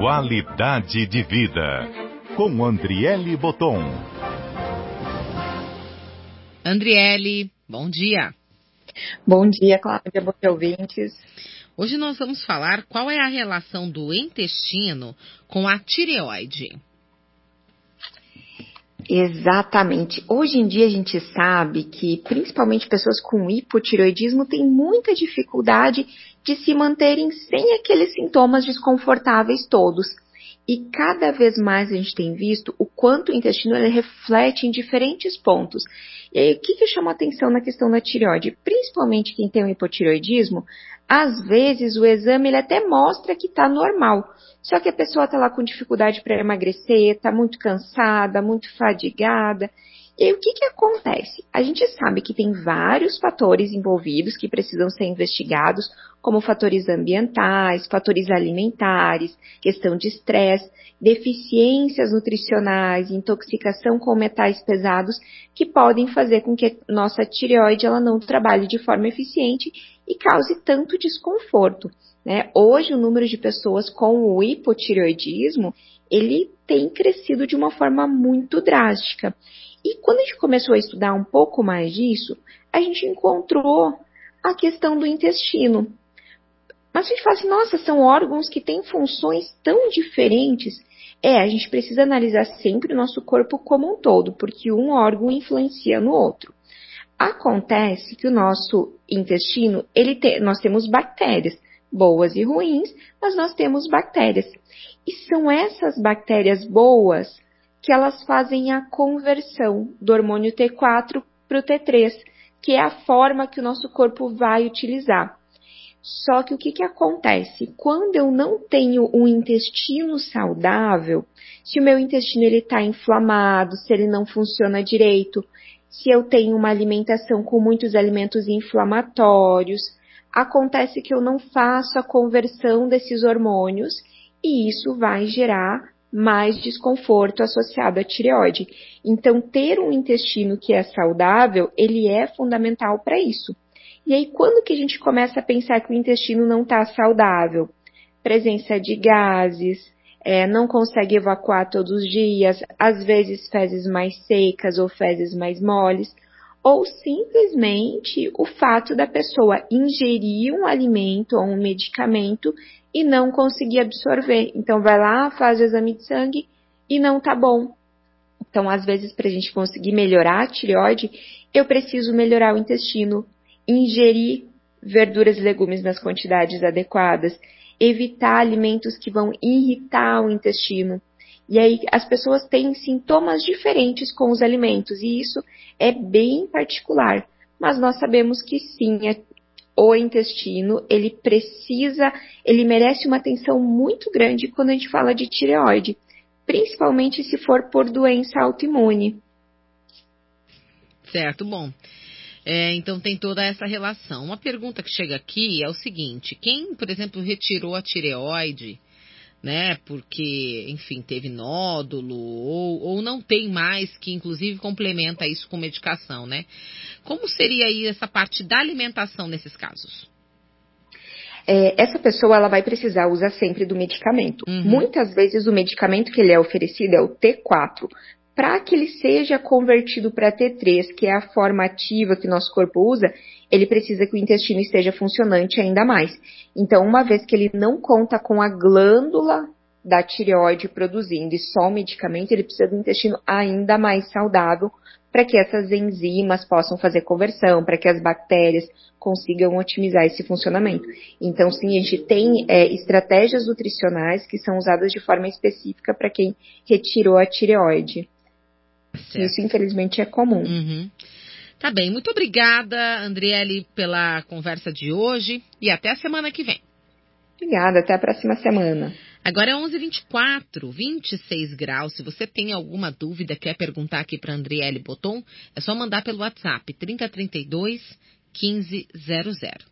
Qualidade de vida, com Andriele Boton. Andriele, bom dia. Bom dia, Cláudia, bom dia, ouvintes. Hoje nós vamos falar qual é a relação do intestino com a tireoide. Exatamente. Hoje em dia a gente sabe que principalmente pessoas com hipotireoidismo têm muita dificuldade de se manterem sem aqueles sintomas desconfortáveis todos. E cada vez mais a gente tem visto o quanto o intestino ele reflete em diferentes pontos. E aí, o que chama a atenção na questão da tireoide? Principalmente quem tem um hipotireoidismo, às vezes o exame ele até mostra que está normal. Só que a pessoa está lá com dificuldade para emagrecer, está muito cansada, muito fadigada. E aí, o que acontece? A gente sabe que tem vários fatores envolvidos que precisam ser investigados, como fatores ambientais, fatores alimentares, questão de estresse, deficiências nutricionais, intoxicação com metais pesados, que podem fazer com que nossa tireoide ela não trabalhe de forma eficiente e cause tanto desconforto. Né? Hoje, o número de pessoas com o hipotireoidismo, ele tem crescido de uma forma muito drástica. E quando a gente começou a estudar um pouco mais disso, a gente encontrou a questão do intestino. Mas a gente fala assim, nossa, são órgãos que têm funções tão diferentes. A gente precisa analisar sempre o nosso corpo como um todo, porque um órgão influencia no outro. Acontece que o nosso intestino, nós temos bactérias, boas e ruins, mas nós temos bactérias. E são essas bactérias boas que elas fazem a conversão do hormônio T4 para o T3, que é a forma que o nosso corpo vai utilizar. Só que o que acontece? Quando eu não tenho um intestino saudável, se o meu intestino está inflamado, se ele não funciona direito, se eu tenho uma alimentação com muitos alimentos inflamatórios, acontece que eu não faço a conversão desses hormônios e isso vai gerar mais desconforto associado à tireoide. Então, ter um intestino que é saudável, ele é fundamental para isso. E aí, quando que a gente começa a pensar que o intestino não está saudável? Presença de gases, não consegue evacuar todos os dias, às vezes fezes mais secas ou fezes mais moles, ou simplesmente o fato da pessoa ingerir um alimento ou um medicamento e não conseguir absorver. Então, vai lá, faz o exame de sangue e não tá bom. Então, às vezes, para a gente conseguir melhorar a tireoide, eu preciso melhorar o intestino, ingerir verduras e legumes nas quantidades adequadas, evitar alimentos que vão irritar o intestino. E aí as pessoas têm sintomas diferentes com os alimentos, e isso é bem particular. Mas nós sabemos que sim, o intestino, ele merece uma atenção muito grande quando a gente fala de tireoide, principalmente se for por doença autoimune. Certo, bom. Então tem toda essa relação. Uma pergunta que chega aqui é o seguinte: quem, por exemplo, retirou a tireoide, né, porque, enfim, teve nódulo ou não tem mais, que inclusive complementa isso com medicação, né? Como seria aí essa parte da alimentação nesses casos? Essa pessoa ela vai precisar usar sempre do medicamento. Muitas vezes o medicamento que ele é oferecido é o T4. Para que ele seja convertido para T3, que é a forma ativa que nosso corpo usa, ele precisa que o intestino esteja funcionante ainda mais. Então, uma vez que ele não conta com a glândula da tireoide produzindo e só o medicamento, ele precisa do intestino ainda mais saudável para que essas enzimas possam fazer conversão, para que as bactérias consigam otimizar esse funcionamento. Então, sim, a gente tem estratégias nutricionais que são usadas de forma específica para quem retirou a tireoide. Certo. Isso, infelizmente, é comum. Tá bem, muito obrigada, Andriele, pela conversa de hoje e até a semana que vem. Obrigada, até a próxima semana. Agora é 11h24, 26 graus. Se você tem alguma dúvida, quer perguntar aqui para Andriele Boton, é só mandar pelo WhatsApp 3032 1500.